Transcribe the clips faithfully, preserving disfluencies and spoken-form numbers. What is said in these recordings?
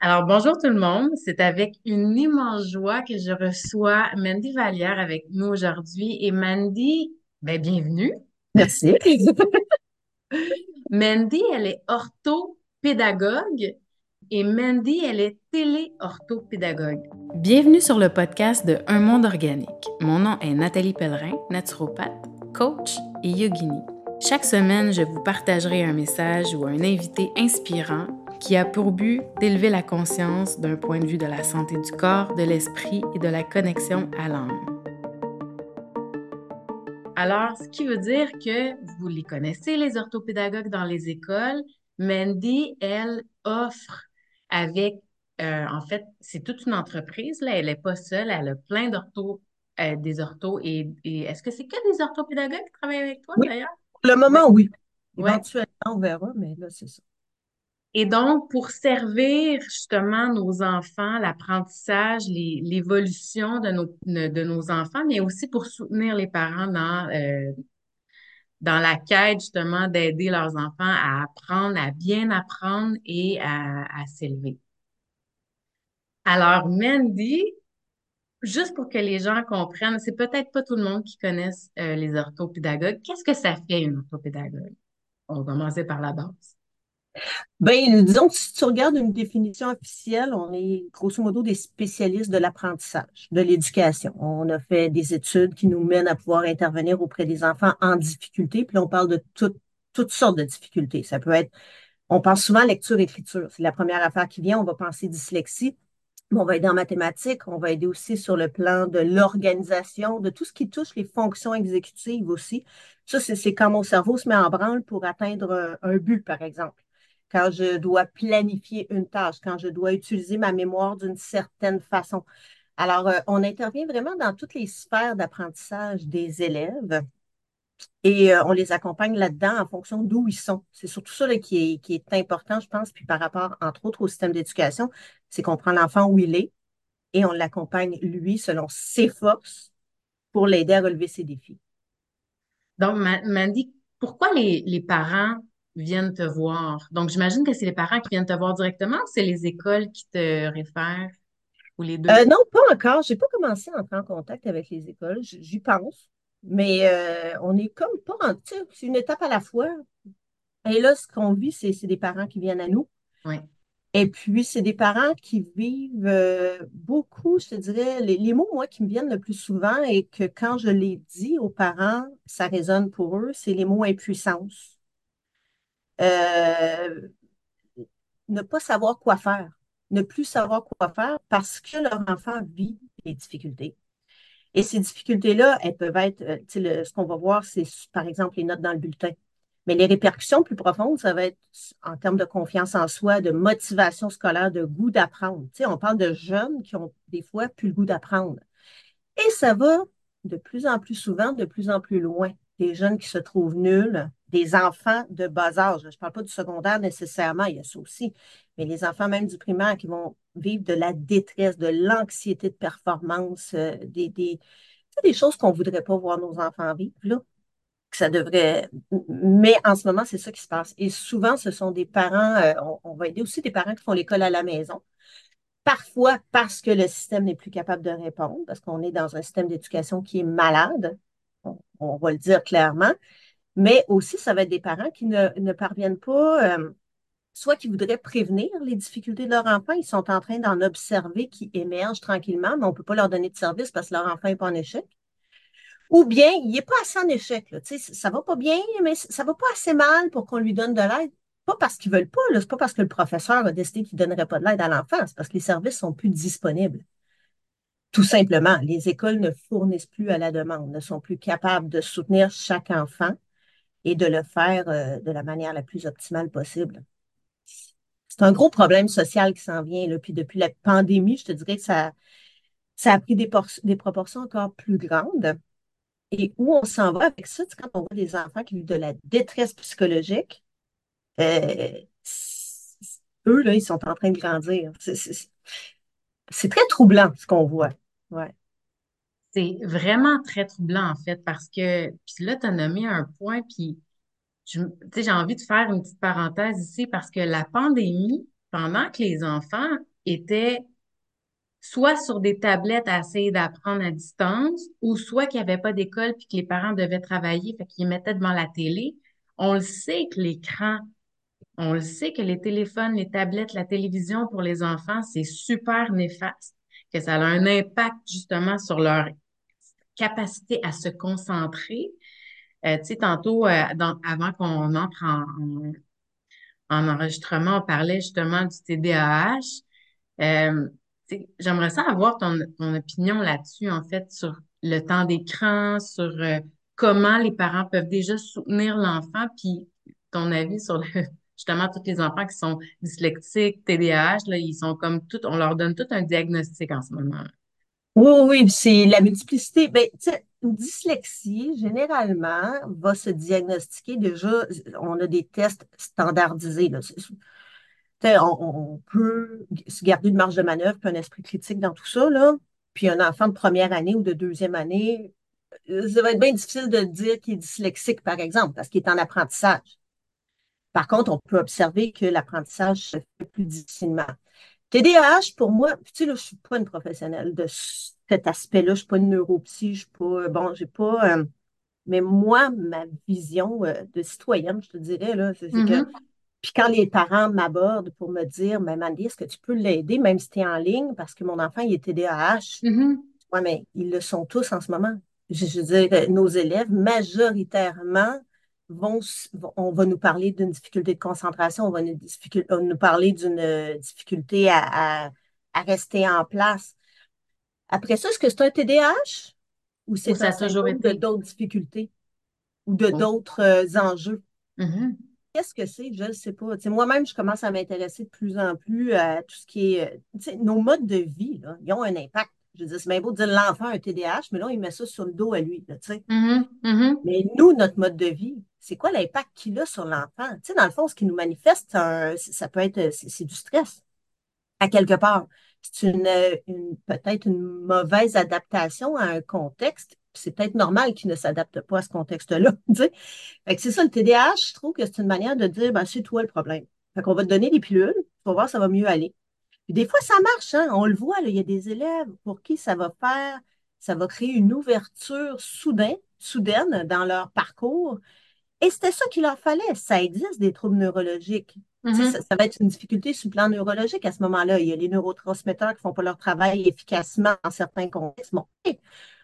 Alors, bonjour tout le monde. C'est avec une immense joie que je reçois Mandy Vallière avec nous aujourd'hui. Et Mandy, ben, bienvenue. Merci. Mandy, elle est orthopédagogue et Mandy, elle est téléorthopédagogue. Bienvenue sur le podcast de Un monde organique. Mon nom est Nathalie Pellerin, naturopathe, coach et yogini. Chaque semaine, je vous partagerai un message ou un invité inspirant qui a pour but d'élever la conscience d'un point de vue de la santé du corps, de l'esprit et de la connexion à l'âme. Alors, ce qui veut dire que vous les connaissez, les orthopédagogues dans les écoles. Mandy, elle, offre avec, euh, en fait, c'est toute une entreprise, là, elle n'est pas seule, elle a plein d'orthos, euh, des orthos et, et est-ce que c'est que des orthopédagogues qui travaillent avec toi Oui, d'ailleurs? pour le Oui. moment, oui. Ouais. Éventuellement, on verra, mais là, c'est ça. Et donc, pour servir justement nos enfants, l'apprentissage, les- l'évolution de nos, de nos enfants, mais aussi pour soutenir les parents dans, euh, dans la quête justement d'aider leurs enfants à apprendre, à bien apprendre et à, à s'élever. Alors, Mandy, juste pour que les gens comprennent, c'est peut-être pas tout le monde qui connaisse euh, les orthopédagogues. Qu'est-ce que ça fait une orthopédagogue? On va commencer par la base. Ben, disons que si tu regardes une définition officielle, on est grosso modo des spécialistes de l'apprentissage, de l'éducation. On a fait des études qui nous mènent à pouvoir intervenir auprès des enfants en difficulté. Puis là, on parle de toutes toutes sortes de difficultés. Ça peut être, on pense souvent lecture-écriture. C'est la première affaire qui vient. On va penser dyslexie. Mais on va aider en mathématiques, on va aider aussi sur le plan de l'organisation, de tout ce qui touche les fonctions exécutives aussi. Ça, c'est c'est quand mon cerveau se met en branle pour atteindre un, un but, par exemple. Quand je dois planifier une tâche, quand je dois utiliser ma mémoire d'une certaine façon. Alors, euh, on intervient vraiment dans toutes les sphères d'apprentissage des élèves. Et euh, on les accompagne là-dedans en fonction d'où ils sont. C'est surtout ça là, qui est, qui est important, je pense, puis par rapport, entre autres, au système d'éducation, c'est qu'on prend l'enfant où il est et on l'accompagne, lui, selon ses forces pour l'aider à relever ses défis. Donc, Ma- Mandy, pourquoi les, les parents viennent te voir? Donc, j'imagine que c'est les parents qui viennent te voir directement ou c'est les écoles qui te réfèrent ou les deux? Euh, non, pas encore. J'ai pas commencé à entrer en contact avec les écoles. J- J'y pense. Mais euh, on est comme pas en, tu sais, c'est une étape à la fois. Et là, ce qu'on vit, c'est c'est des parents qui viennent à nous. Oui. Et puis, c'est des parents qui vivent euh, beaucoup, je te dirais, les, les mots, moi, qui me viennent le plus souvent et que quand je les dis aux parents, ça résonne pour eux, c'est les mots impuissance. Euh, Ne pas savoir quoi faire, ne plus savoir quoi faire parce que leur enfant vit des difficultés. Et ces difficultés-là, elles peuvent être, euh, tu sais, le- ce qu'on va voir, c'est par exemple les notes dans le bulletin. Mais les répercussions plus profondes, ça va être en termes de confiance en soi, de motivation scolaire, de goût d'apprendre. Tu sais, on parle de jeunes qui ont des fois plus le goût d'apprendre. Et ça va de plus en plus souvent, de plus en plus loin. Des jeunes qui se trouvent nuls, des enfants de bas âge. Je ne parle pas du secondaire nécessairement, il y a ça aussi, mais les enfants même du primaire qui vont vivre de la détresse, de l'anxiété de performance, euh, des, des, des choses qu'on ne voudrait pas voir nos enfants vivre, là, que ça devrait. Mais en ce moment, c'est ça qui se passe. Et souvent, ce sont des parents, euh, on, on va aider aussi des parents qui font l'école à la maison. Parfois parce que le système n'est plus capable de répondre, parce qu'on est dans un système d'éducation qui est malade, on, on va le dire clairement, mais aussi ça va être des parents qui ne, ne parviennent pas, euh, soit qui voudraient prévenir les difficultés de leur enfant, ils sont en train d'en observer qui émergent tranquillement, mais on ne peut pas leur donner de service parce que leur enfant n'est pas en échec. Ou bien, il n'est pas assez en échec. Là. Tu sais, ça va pas bien, mais ça va pas assez mal pour qu'on lui donne de l'aide. Pas parce qu'ils veulent pas, là. C'est pas parce que le professeur a décidé qu'il ne donnerait pas de l'aide à l'enfant, c'est parce que les services sont plus disponibles. Tout simplement, les écoles ne fournissent plus à la demande, ne sont plus capables de soutenir chaque enfant et de le faire euh, de la manière la plus optimale possible. C'est un gros problème social qui s'en vient. Là. Puis depuis la pandémie, je te dirais que ça, ça a pris des, por- des proportions encore plus grandes. Et où on s'en va avec ça, c'est quand on voit des enfants qui vivent de la détresse psychologique, euh, c- c- eux, là, ils sont en train de grandir. C'est c'est- c'est très troublant ce qu'on voit. Ouais. C'est vraiment très troublant, en fait, parce que, puis là, tu as nommé un point, puis je, tu sais, j'ai envie de faire une petite parenthèse ici parce que la pandémie, pendant que les enfants étaient soit sur des tablettes à essayer d'apprendre à distance, ou soit qu'il n'y avait pas d'école puis que les parents devaient travailler, fait qu'ils les mettaient devant la télé. On le sait que l'écran, on le sait que les téléphones, les tablettes, la télévision pour les enfants, c'est super néfaste, que ça a un impact justement sur leur capacité à se concentrer. Euh, tu sais, tantôt, euh, dans- avant qu'on entre en, en, en enregistrement, on parlait justement du T D A H. Euh, tu sais, j'aimerais ça avoir ton, ton opinion là-dessus, en fait, sur le temps d'écran, sur euh, comment les parents peuvent déjà soutenir l'enfant, puis ton avis sur le, justement tous les enfants qui sont dyslexiques, T D A H, là, ils sont comme tout, on leur donne tout un diagnostic en ce moment. Oui, oui, c'est la multiplicité. Ben, tu sais, une dyslexie, généralement, va se diagnostiquer déjà. On a des tests standardisés, là. C'est- tu sais, On, on peut se garder une marge de manœuvre, puis un esprit critique dans tout ça, là. Puis un enfant de première année ou de deuxième année, euh, ça va être bien difficile de dire qu'il est dyslexique, par exemple, parce qu'il est en apprentissage. Par contre, on peut observer que l'apprentissage se fait plus difficilement. T D A H, pour moi, tu sais, là, je suis pas une professionnelle de cet aspect-là. Je suis pas une neuropsy, je suis pas, bon, j'ai pas, euh, mais moi, ma vision euh, de citoyenne, je te dirais, là, c'est c'est que, Mhm, puis quand les parents m'abordent pour me dire, mais Mandy, est-ce que tu peux l'aider, même si tu es en ligne, parce que mon enfant, il est T D A H. mhm, Oui, mais ils le sont tous en ce moment. Je, je veux dire, nos élèves, majoritairement, vont, s- vont- on va nous parler d'une difficulté de concentration, on va nous, difficul- on va nous parler d'une euh, difficulté à, à- à rester en place. Après ça, est-ce que c'est un T D A H ou où c'est ça un a toujours symptôme de été. d'autres difficultés ou de Oh. d'autres euh, enjeux? Mhm, Qu'est-ce que c'est? Je ne sais pas. Tu sais, moi-même, je commence à m'intéresser de plus en plus à tout ce qui est. euh, tu sais, nos modes de vie, là, ils ont un impact. Je veux dire, c'est bien beau de dire l'enfant a un T D A H, mais là, il met ça sur le dos à lui. Là, tu sais. mhm, mhm, Mais nous, notre mode de vie, c'est quoi l'impact qu'il a sur l'enfant? Tu sais, dans le fond, ce qui nous manifeste, c'est un- ça peut être c'est c'est du stress, à quelque part. C'est une, euh, une- peut-être une mauvaise adaptation à un contexte. C'est peut-être normal qu'il ne s'adapte pas à ce contexte-là. Tu sais. Fait que c'est ça, le T D A H, je trouve que c'est une manière de dire, ben, c'est toi le problème. Fait qu'on va te donner des pilules, tu vas voir, ça va mieux aller. Puis des fois, ça marche, hein? On le voit, là, il y a des élèves pour qui ça va faire, ça va créer une ouverture soudaine, soudaine dans leur parcours. Et c'était ça qu'il leur fallait. Ça existe des troubles neurologiques. Tu sais, ça, mhm, ça va être une difficulté sur le plan neurologique à ce moment-là. Il y a les neurotransmetteurs qui ne font pas leur travail efficacement dans certains contextes. Bon, OK,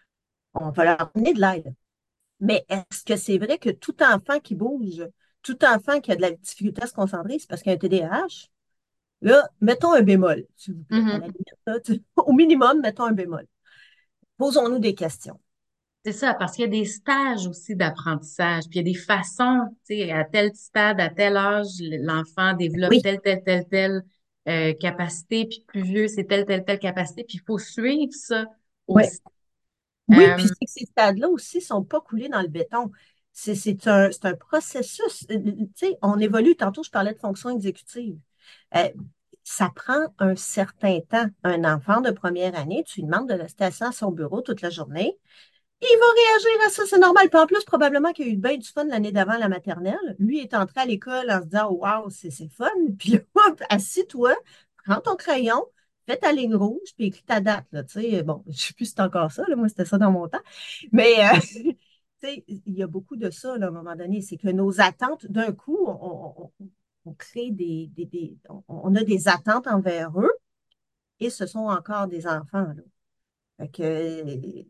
on va leur donner de l'aide. Mais est-ce que c'est vrai que tout enfant qui bouge, tout enfant qui a de la difficulté à se concentrer, c'est parce qu'il y a un T D A H? Là, mettons un bémol, s'il vous plaît. À la mhm. limite, là, tu- au minimum, mettons un bémol. Posons-nous des questions. C'est ça, parce qu'il y a des stages aussi d'apprentissage, puis il y a des façons, tu sais, à tel stade, à tel âge, l'enfant développe Oui, telle, telle, telle, telle euh, capacité, puis plus vieux, c'est telle, telle, telle capacité, puis il faut suivre ça oui. aussi. Oui, puis Euh, c'est que ces stades-là aussi ne sont pas coulés dans le béton. C'est c'est un, c'est un processus. Euh, Tu sais, on évolue. Tantôt, je parlais de fonction exécutive. Euh, ça prend un certain temps. Un enfant de première année, tu lui demandes de rester assis à son bureau toute la journée. Il va réagir à ça, c'est normal. Puis en plus, probablement qu'il y a eu bien du fun l'année d'avant la maternelle. Lui est entré à l'école en se disant, waouh, c'est c'est fun. Puis là, hop, assis-toi, prends ton crayon, fais ta ligne rouge, puis écris ta date. Là, tu sais. Bon, je ne sais plus si c'est encore ça, là, moi, c'était ça dans mon temps. Mais euh, tu sais, il y a beaucoup de ça là, à un moment donné. C'est que nos attentes, d'un coup, on, on- on crée des, des- des- on on a des attentes envers eux et ce sont encore des enfants. Là. Fait que,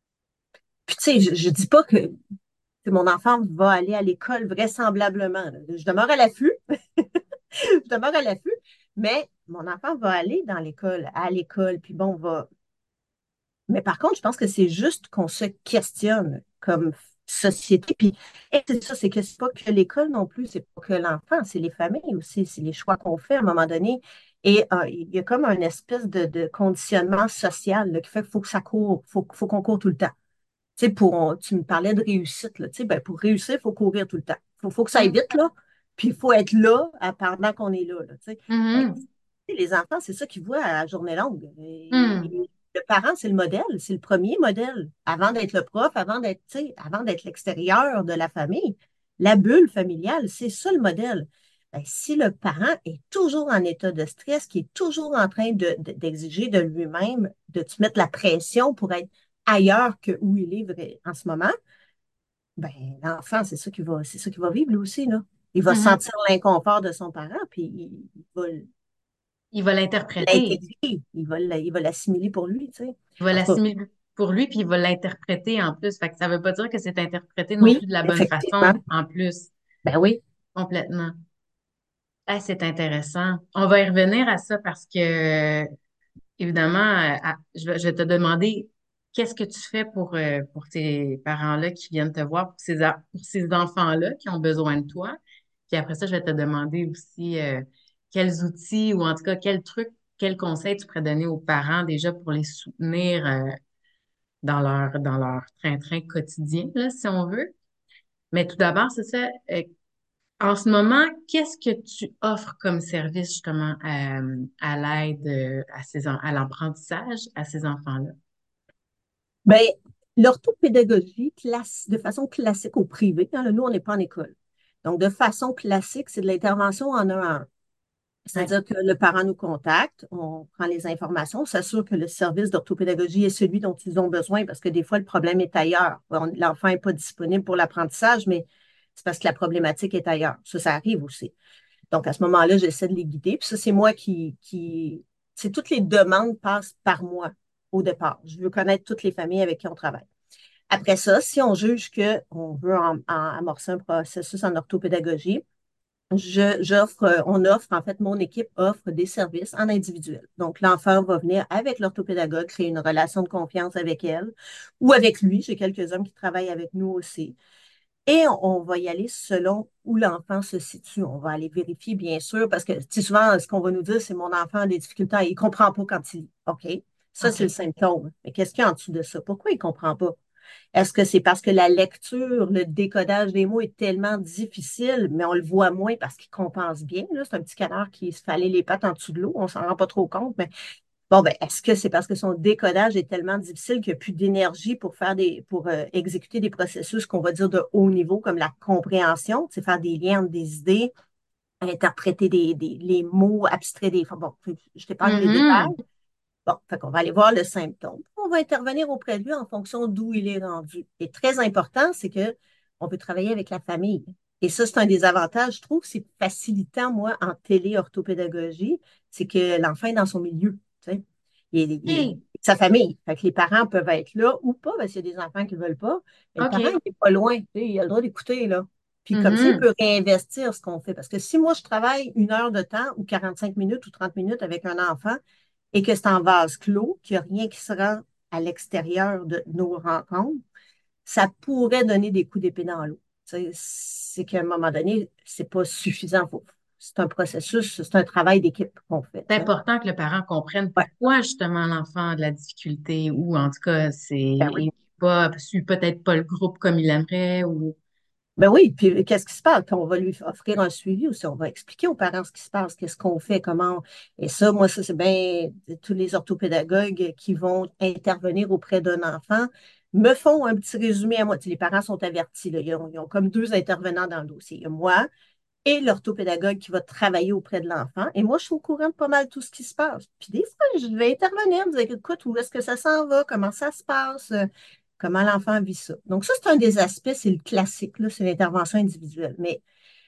puis tu sais, je ne dis pas que que mon enfant va aller à l'école vraisemblablement. Là. Je demeure à l'affût, je demeure à l'affût, mais mon enfant va aller dans l'école, à l'école, puis bon, va. Mais par contre, je pense que c'est juste qu'on se questionne comme société. Puis et c'est ça, c'est que c'est pas que l'école non plus, c'est pas que l'enfant, c'est les familles aussi, c'est les choix qu'on fait à un moment donné. Et euh, il y a comme un espèce de, de conditionnement social là, qui fait qu'il faut que ça court, faut, faut qu'on court tout le temps. Tu sais, pour, tu me parlais de réussite, là, tu sais, ben, pour réussir, il faut courir tout le temps. Il faut, faut que ça aille hum, vite, là, puis il faut être là à- pendant qu'on est là, là, tu sais. Ben, tu mhm, sais, les enfants, c'est ça qu'ils voient à la journée longue. Et- hum, et le parent, c'est le modèle, c'est le premier modèle. Avant d'être le prof, avant d'être, tu sais, avant d'être l'extérieur de la famille, la bulle familiale, c'est ça le modèle. Ben, si le parent est toujours en état de stress, qui est toujours en train de, de- d'exiger de lui-même de te mettre la pression pour être ailleurs que où il est vrai- en ce moment, ben, l'enfant, c'est ça qu'il va, c'est ça qu'il va vivre lui aussi, là. Il va Mhm. sentir l'inconfort de son parent, puis il, il va Il va l'interpréter. l'intégrer, il va, l- il va l'assimiler pour lui, tu sais. Il va En tout cas, l'assimiler pour lui, puis il va l'interpréter en plus. Fait que ça veut pas dire que c'est interprété non oui, plus de la bonne effectivement. façon en plus, Ben oui. complètement. Ah, c'est intéressant. On va y revenir à ça parce que, évidemment, euh, à- je vais, je vais te demander qu'est-ce que tu fais pour, euh, pour tes parents-là qui viennent te voir, pour ces, a- pour ces enfants-là qui ont besoin de toi. Puis après ça, je vais te demander aussi euh, quels outils ou en tout cas quels trucs, quels conseils tu pourrais donner aux parents déjà pour les soutenir euh, dans leur, dans leur train-train quotidien, là, si on veut. Mais tout d'abord, c'est ça. euh, En ce moment, qu'est-ce que tu offres comme service justement euh, à l'aide euh, à ces en- à l'apprentissage à ces enfants-là? Ben, l'orthopédagogie, classe, de façon classique au privé, hein, là, nous, on n'est pas en école. Donc, de façon classique, c'est de l'intervention en un à un. Ouais. C'est-à-dire que le parent nous contacte, on prend les informations, on s'assure que le service d'orthopédagogie est celui dont ils ont besoin parce que des fois, le problème est ailleurs. On- L'enfant n'est pas disponible pour l'apprentissage, mais c'est parce que la problématique est ailleurs. Ça, ça arrive aussi. Donc, à ce moment-là, j'essaie de les guider. Puis ça, c'est moi qui, qui, c'est toutes les demandes passent par moi au départ. Je veux connaître toutes les familles avec qui on travaille. Après ça, si on juge qu'on veut en- en- amorcer un processus en orthopédagogie, je, j'offre, euh, on offre, en fait, mon équipe offre des services en individuel. Donc, l'enfant va venir avec l'orthopédagogue, créer une relation de confiance avec elle ou avec lui. J'ai quelques hommes qui travaillent avec nous aussi. Et on, on va y aller selon où l'enfant se situe. On va aller vérifier, bien sûr, parce que tu sais, souvent, ce qu'on va nous dire, c'est mon enfant a des difficultés, il ne comprend pas quand il lit. OK, ça, c'est le OK. symptôme. Mais qu'est-ce qu'il y a en dessous de ça? Pourquoi il ne comprend pas? Est-ce que c'est parce que la lecture, le décodage des mots est tellement difficile, mais on le voit moins parce qu'il compense bien, là? C'est un petit canard qui se fait aller les pattes en dessous de l'eau, on s'en rend pas trop compte, mais bon, ben, est-ce que c'est parce que son décodage est tellement difficile qu'il n'y a plus d'énergie pour faire des, pour euh, exécuter des processus qu'on va dire de haut niveau, comme la compréhension, c'est faire des liens entre des idées, interpréter des, des, les mots abstraits des. Bon, je t'épargne les détails. Mhm. Bon, fait qu'on va aller voir le symptôme. On va intervenir auprès de lui en fonction d'où il est rendu. Et très important, c'est que on peut travailler avec la famille. Et ça, c'est un des avantages, je trouve, c'est facilitant, moi, en téléorthopédagogie, c'est que l'enfant est dans son milieu. Tu sais. Il, il- il- OK. sa famille. Fait que les parents peuvent être là ou pas, parce qu'il y a des enfants qui ne veulent pas. Mais le parent, il OK. n'est pas loin. Tu sais, il a le droit d'écouter, là. Puis comme ça, il Mhm. peut réinvestir ce qu'on fait. Parce que si moi, je travaille une heure de temps ou quarante-cinq minutes ou trente minutes avec un enfant, et que c'est en vase clos, qu'il n'y a rien qui se rend à l'extérieur de nos rencontres, ça pourrait donner des coups d'épée dans l'eau. C'est qu'à un moment donné, c'est pas suffisant. C'est un processus, c'est un travail d'équipe qu'on fait. C'est T'sais. important que le parent comprenne Ouais, pourquoi justement l'enfant a de la difficulté ou en tout cas, c'est ben oui. il pas, suit peut-être pas le groupe comme il aimerait ou. Ben oui, puis qu'est-ce qui se passe? Puis on va lui offrir un suivi aussi. On va expliquer aux parents ce qui se passe, qu'est-ce qu'on fait, comment. Et ça, moi, ça, c'est bien tous les orthopédagogues qui vont intervenir auprès d'un enfant me font un petit résumé à moi. Tu sais, les parents sont avertis, là. Ils ont, ils ont comme deux intervenants dans le dossier. Il y a moi et l'orthopédagogue qui va travailler auprès de l'enfant. Et moi, je suis au courant de pas mal tout ce qui se passe. Puis des fois, je vais intervenir, dire, écoute, où est-ce que ça s'en va? Comment ça se passe? Euh, Comment l'enfant vit ça? Donc, ça, c'est un des aspects, c'est le classique, là, c'est l'intervention individuelle. Mais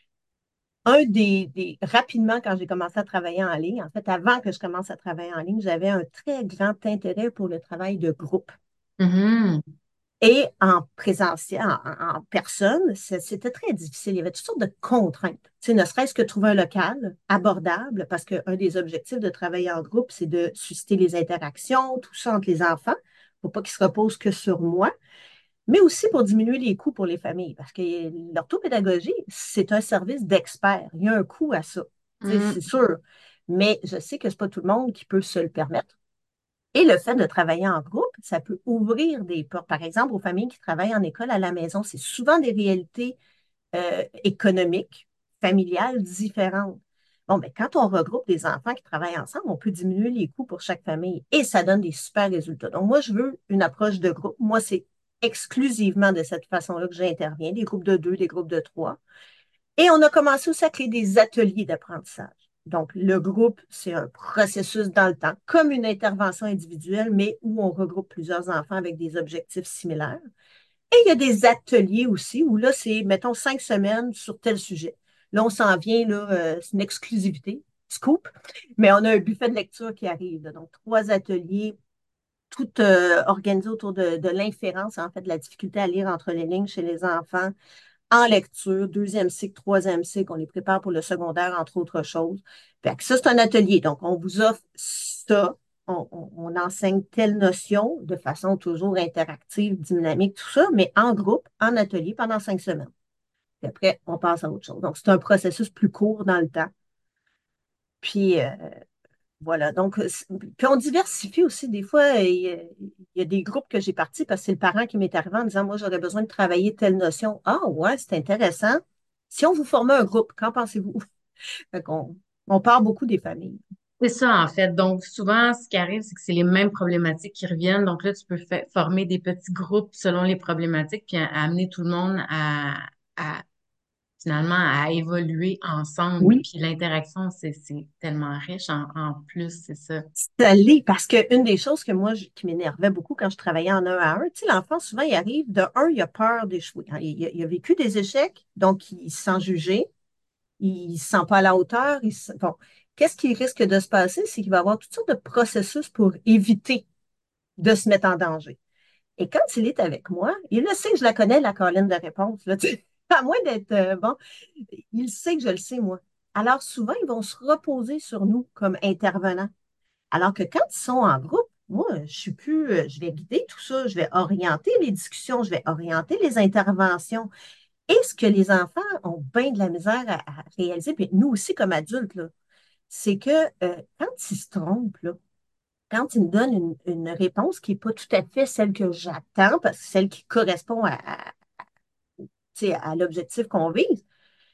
un des, des, rapidement, quand j'ai commencé à travailler en ligne, en fait, avant que je commence à travailler en ligne, j'avais un très grand intérêt pour le travail de groupe. Mhm. Et en présentiel, en, en personne, c'était très difficile. Il y avait toutes sortes de contraintes. Tu sais, ne serait-ce que trouver un local abordable, parce qu'un des objectifs de travailler en groupe, c'est de susciter les interactions, tout ça entre les enfants, pour pas qu'ils se reposent que sur moi, mais aussi pour diminuer les coûts pour les familles, parce que l'orthopédagogie, c'est un service d'expert. Il y a un coût à ça, tu sais, c'est Mhm. sûr. Mais je sais que c'est pas tout le monde qui peut se le permettre. Et le fait de travailler en groupe, ça peut ouvrir des portes. Par exemple, aux familles qui travaillent en école à la maison, c'est souvent des réalités euh, économiques, familiales différentes. Bon, mais quand on regroupe des enfants qui travaillent ensemble, on peut diminuer les coûts pour chaque famille et ça donne des super résultats. Donc, moi, je veux une approche de groupe. Moi, c'est exclusivement de cette façon-là que j'interviens, des groupes de deux, des groupes de trois. Et on a commencé aussi à créer des ateliers d'apprentissage. Donc, le groupe, c'est un processus dans le temps, comme une intervention individuelle, mais où on regroupe plusieurs enfants avec des objectifs similaires. Et il y a des ateliers aussi, où là, c'est, mettons, cinq semaines sur tel sujet. Là, on s'en vient, là, euh, c'est une exclusivité, scoop, mais on a un buffet de lecture qui arrive. Là. Donc, trois ateliers, tout euh, organisés autour de, de l'inférence, en fait, de la difficulté à lire entre les lignes chez les enfants, en lecture, deuxième cycle, troisième cycle, on les prépare pour le secondaire, entre autres choses. Fait que ça, c'est un atelier. Donc, on vous offre ça. On, on- on enseigne telle notion de façon toujours interactive, dynamique, tout ça, mais en groupe, en atelier, pendant cinq semaines. Puis après, on passe à autre chose. Donc, c'est un processus plus court dans le temps. Puis, euh, voilà. Donc, c'est- puis on diversifie aussi. Des fois, il y a, il y a des groupes que j'ai partis parce que c'est le parent qui m'est arrivé en disant, moi, j'aurais besoin de travailler telle notion. Ah, ouais, c'est intéressant. Si on vous formait un groupe, qu'en pensez-vous? Fait qu'on, on part beaucoup des familles. C'est ça, en fait. Donc, souvent, ce qui arrive, c'est que c'est les mêmes problématiques qui reviennent. Donc là, tu peux fa- former des petits groupes selon les problématiques, puis à- à amener tout le monde à, à finalement à évoluer ensemble. Oui, Puis l'interaction, c'est, c'est tellement riche en, en plus, c'est ça. ça l'est, parce qu'une des choses que moi, je- qui m'énervait beaucoup quand je travaillais en un à un, tu sais, l'enfant, souvent, il arrive, de un, il a peur d'échouer. Hein. Il, a il a vécu des échecs, donc il se sent jugé, il ne se sent pas à la hauteur. Il se- Bon, qu'est-ce qui risque de se passer? C'est qu'il va avoir toutes sortes de processus pour éviter de se mettre en danger. Et quand il est avec moi, il le sait que je la connais, la colline de réponse. Là, tu sais. À moins d'être euh, bon, il sait que je le sais, moi. Alors souvent, ils vont se reposer sur nous comme intervenants. Alors que quand ils sont en groupe, moi, je suis plus, euh, je vais guider tout ça, je vais orienter les discussions, je vais orienter les interventions. Et ce que les enfants ont bien de la misère à, à réaliser, puis nous aussi comme adultes, là, c'est que euh, quand ils se trompent, là, quand ils me donnent une, une réponse qui n'est pas tout à fait celle que j'attends, parce que celle qui correspond à, à, tu sais, à l'objectif qu'on vise,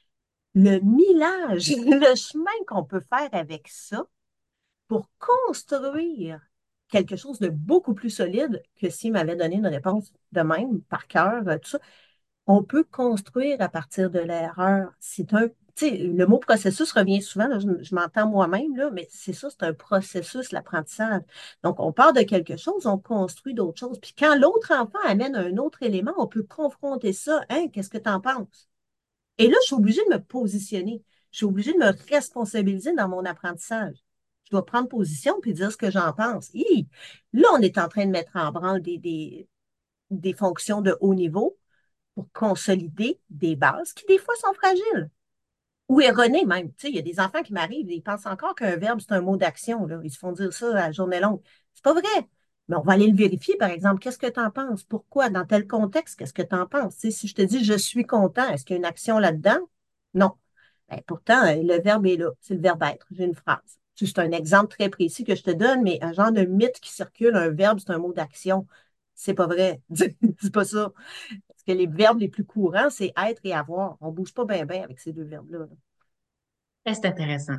le millage, le chemin qu'on peut faire avec ça pour construire quelque chose de beaucoup plus solide que s'il m'avait donné une réponse de même, par cœur, euh, tout ça. On peut construire à partir de l'erreur. C'est un, tu sais, le mot processus revient souvent, là, je, je m'entends moi-même, là, mais c'est ça, c'est un processus, l'apprentissage. Donc, on part de quelque chose, on construit d'autres choses. Puis quand l'autre enfant amène un autre élément, on peut confronter ça. Hein, qu'est-ce que tu en penses? Et là, je suis obligée de me positionner. Je suis obligée de me responsabiliser dans mon apprentissage. Je dois prendre position puis dire ce que j'en pense. Hi! Là, on est en train de mettre en branle des, des, des fonctions de haut niveau pour consolider des bases qui, des fois, sont fragiles ou erronées même. Tu sais, il y a des enfants qui m'arrivent, ils pensent encore qu'un verbe, c'est un mot d'action. Là. Ils se font dire ça à la journée longue. C'est pas vrai. Mais on va aller le vérifier, par exemple. Qu'est-ce que tu en penses? Pourquoi? Dans tel contexte, qu'est-ce que tu en penses? Tu sais, si je te dis je suis content, est-ce qu'il y a une action là-dedans? Non. Ben, pourtant, euh, le verbe est là. C'est le verbe être. J'ai une phrase. C'est un exemple très précis que je te donne, mais un genre de mythe qui circule, un verbe, c'est un mot d'action. C'est pas vrai. C'est pas ça. Parce que les verbes les plus courants, c'est être et avoir. On bouge pas bien bien avec ces deux verbes-là. Là. Eh, c'est intéressant.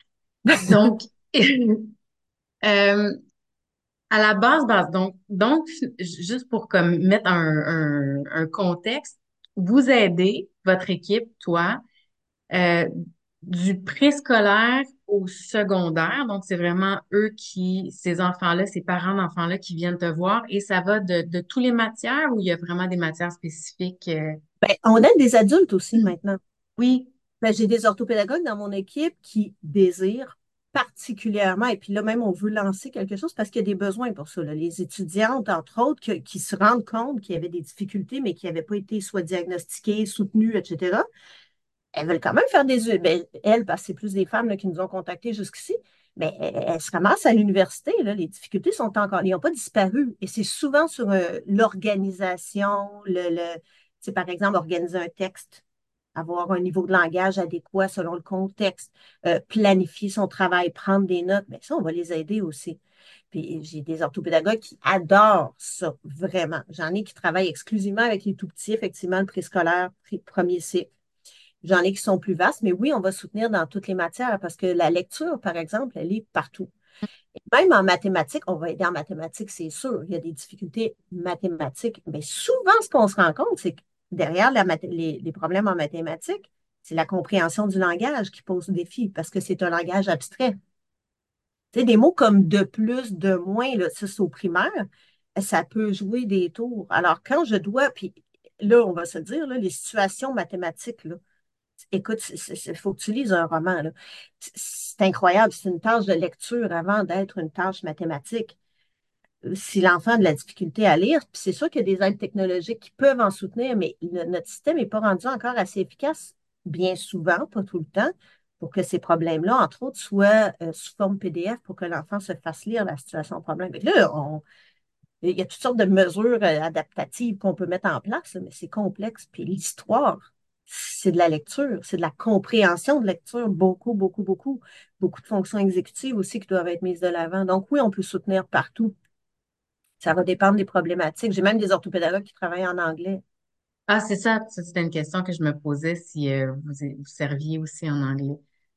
Donc, euh, à la base, base, donc, donc, juste pour comme mettre un, un, un contexte, vous aidez votre équipe, toi, euh, du préscolaire au secondaire. Donc, c'est vraiment eux qui, ces enfants-là, ces parents d'enfants-là qui viennent te voir et ça va de, de toutes les matières ou il y a vraiment des matières spécifiques? euh? Ben, on aide des adultes aussi maintenant. Oui. Ben, j'ai des orthopédagogues dans mon équipe qui désirent particulièrement, et puis là même, on veut lancer quelque chose parce qu'il y a des besoins pour ça. Là. Les étudiantes, entre autres, que- qui se rendent compte qu'il y avait des difficultés, mais qui n'avaient pas été soit diagnostiquées, soutenues, et cetera, elles veulent quand même faire des... Ben, elles, parce que c'est plus des femmes là, qui nous ont contactés jusqu'ici, mais elles, elles se ramassent à l'université. Là, les difficultés sont encore... Ils n'ont pas disparu. Et c'est souvent sur euh, l'organisation, le, le, c'est par exemple organiser un texte, avoir un niveau de langage adéquat selon le contexte, euh, planifier son travail, prendre des notes. Mais ça, on va les aider aussi. Puis j'ai des orthopédagogues qui adorent ça, vraiment. J'en ai qui travaillent exclusivement avec les tout petits, effectivement, le préscolaire, premier cycle. J'en ai qui sont plus vastes, mais oui, on va soutenir dans toutes les matières parce que la lecture, par exemple, elle est partout. Et même en mathématiques, on va aider en mathématiques, c'est sûr. Il y a des difficultés mathématiques. Mais souvent, ce qu'on se rend compte, c'est que derrière la les, les problèmes en mathématiques, C'est la compréhension du langage qui pose défi parce que c'est un langage abstrait. Tu sais, des mots comme de plus, de moins, là, ça, c'est au primaire, ça peut jouer des tours. Alors, quand je dois, puis là, on va se dire, là, les situations mathématiques, là, écoute, il faut que tu lises un roman, là. C'est c'est incroyable, c'est une tâche de lecture avant d'être une tâche mathématique. Si l'enfant a de la difficulté à lire, puis c'est sûr qu'il y a des aides technologiques qui peuvent en soutenir, mais le- notre système n'est pas rendu encore assez efficace, bien souvent, pas tout le temps, pour que ces problèmes-là, entre autres, soient euh, sous forme P D F pour que l'enfant se fasse lire la situation problème. Fait que là, on- il y a toutes sortes de mesures euh, adaptatives qu'on peut mettre en place, là, mais c'est complexe. Puis l'histoire, c'est de la lecture, c'est de la compréhension de lecture, beaucoup, beaucoup, beaucoup. Beaucoup de fonctions exécutives aussi qui doivent être mises de l'avant. Donc oui, on peut soutenir partout. Ça va dépendre des problématiques. J'ai même des orthopédagogues qui travaillent en anglais. Ah, c'est ça. Ça, c'était une question que je me posais si euh, vous, vous serviez aussi en anglais.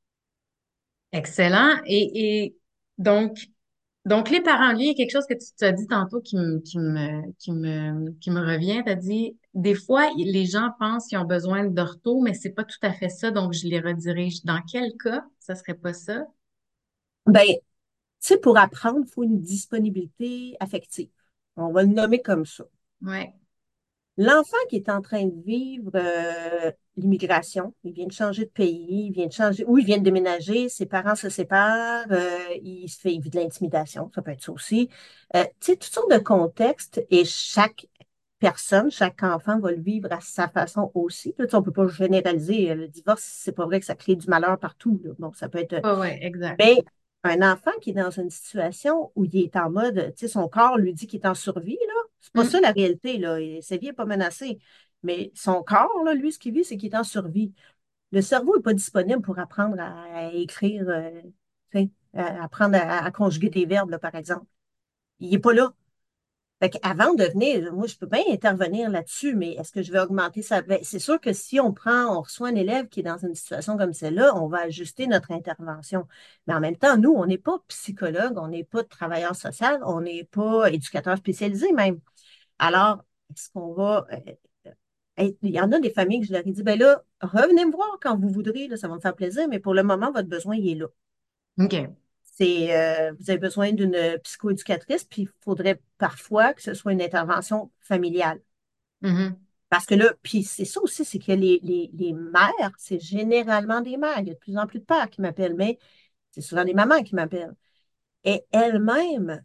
Excellent. Et, et donc, donc, les parents, lui, il y a quelque chose que tu, tu as dit tantôt qui me, qui me, qui me, qui me revient. Tu as dit, des fois, les gens pensent qu'ils ont besoin d'ortho, mais c'est pas tout à fait ça, donc je les redirige. Dans quel cas, ça serait pas ça? Ben, tu sais, pour apprendre, il faut une disponibilité affective. On va le nommer comme ça. Ouais. L'enfant qui est en train de vivre euh, l'immigration, il vient de changer de pays, il vient de changer, ou il vient de déménager, ses parents se séparent, euh, il se fait vivre de l'intimidation, ça peut être ça aussi. Euh, tu sais, toutes sortes de contextes et chaque personne, chaque enfant va le vivre à sa façon aussi. Là, tu sais, on ne peut pas généraliser. Le divorce, c'est pas vrai que ça crée du malheur partout, là. Bon, ça peut être. Ouais, ouais, exact. Mais un enfant qui est dans une situation où il est en mode, tu sais, son corps lui dit qu'il est en survie, là, c'est pas ça Hum, la réalité, là. Et sa vie n'est pas menacée. Mais son corps, là, lui, ce qu'il vit, c'est qu'il est en survie. Le cerveau n'est pas disponible pour apprendre à, à écrire, euh, tu sais, à apprendre à, à conjuguer des verbes, là, par exemple. Il n'est pas là. Fait qu'avant de venir, moi, je peux bien intervenir là-dessus, mais est-ce que je vais augmenter ça? Ben, c'est sûr que si on prend, on reçoit un élève qui est dans une situation comme celle-là, on va ajuster notre intervention. Mais en même temps, nous, on n'est pas psychologue, on n'est pas travailleur social, on n'est pas éducateur spécialisé même. Alors, est-ce qu'on va... euh, être- il y en a des familles que je leur ai dit, ben là, revenez me voir quand vous voudrez, là, ça va me faire plaisir, mais pour le moment, votre besoin, il est là. OK. C'est, euh, vous avez besoin d'une psychoéducatrice, puis il faudrait parfois que ce soit une intervention familiale. Mhm. Parce que là, puis c'est ça aussi, c'est que les, les, les mères, c'est généralement des mères. Il y a de plus en plus de pères qui m'appellent, mais c'est souvent des mamans qui m'appellent. Et elles-mêmes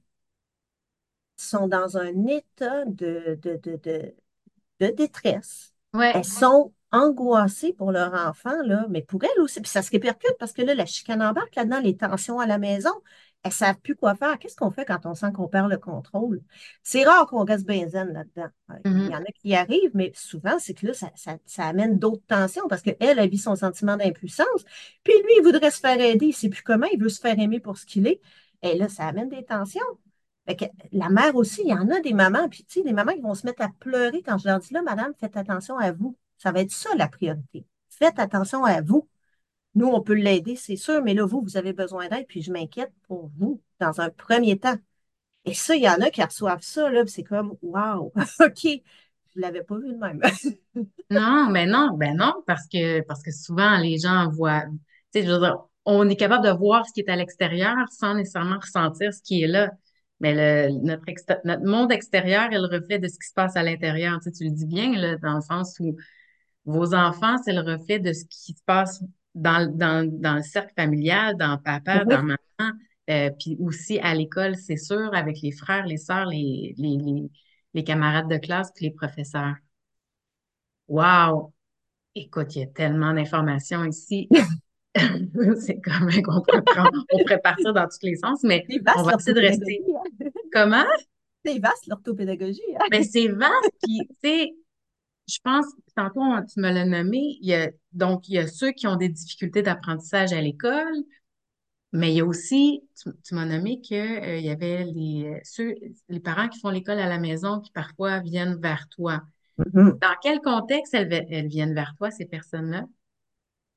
sont dans un état de, de, de, de, de détresse. Elles Ouais. sont angoissées pour leur enfant, là, mais pour elles aussi. Puis ça se répercute parce que là, la chicane embarque là-dedans, les tensions à la maison. Elles ne savent plus quoi faire. Qu'est-ce qu'on fait quand on sent qu'on perd le contrôle? C'est rare qu'on reste bien zen là-dedans. Ouais, il y Mhm. en a qui y arrivent, mais souvent, c'est que là, ça, ça, ça amène d'autres tensions parce qu'elle, elle vit son sentiment d'impuissance. Puis lui, il voudrait se faire aider. Il ne sait plus comment. Il veut se faire aimer pour ce qu'il est. Et là, ça amène des tensions. Fait que la mère aussi, il y en a des mamans, puis tu sais, des mamans qui vont se mettre à pleurer quand je leur dis là, madame, faites attention à vous. Ça va être ça la priorité. Faites attention à vous. Nous, on peut l'aider, c'est sûr, mais là, vous, vous avez besoin d'aide, puis je m'inquiète pour vous dans un premier temps. Et ça, il y en a qui reçoivent ça, là, puis c'est comme waouh, OK, je ne l'avais pas vu de même. Non, ben non, ben non, parce que parce que souvent les gens voient, tu sais, je veux dire, on est capable de voir ce qui est à l'extérieur sans nécessairement ressentir ce qui est là. Mais le, notre, exté- notre monde extérieur est le reflet de ce qui se passe à l'intérieur. Tu sais, tu le dis bien, là, dans le sens où vos enfants, c'est le reflet de ce qui se passe dans, dans, dans le cercle familial, dans papa, dans Oui, maman, euh, puis aussi à l'école, c'est sûr, avec les frères, les sœurs, les, les, les, les camarades de classe, puis les professeurs. Wow! Écoute, il y a tellement d'informations ici. C'est comme qu'on pourrait prendre, on pourrait partir dans tous les sens, mais c'est on vaste va essayer de l'orthopédagogie, rester. hein? Comment? C'est vaste l'orthopédagogie, hein? Mais c'est vaste, puis tu sais, je pense, tantôt on- tu me l'as nommé, il y a, donc il y a ceux qui ont des difficultés d'apprentissage à l'école, mais il y a aussi, tu, tu m'as nommé que, euh, il y avait les, euh, ceux, les parents qui font l'école à la maison qui parfois viennent vers toi. Mhm. Dans quel contexte elles, elles viennent vers toi, ces personnes-là?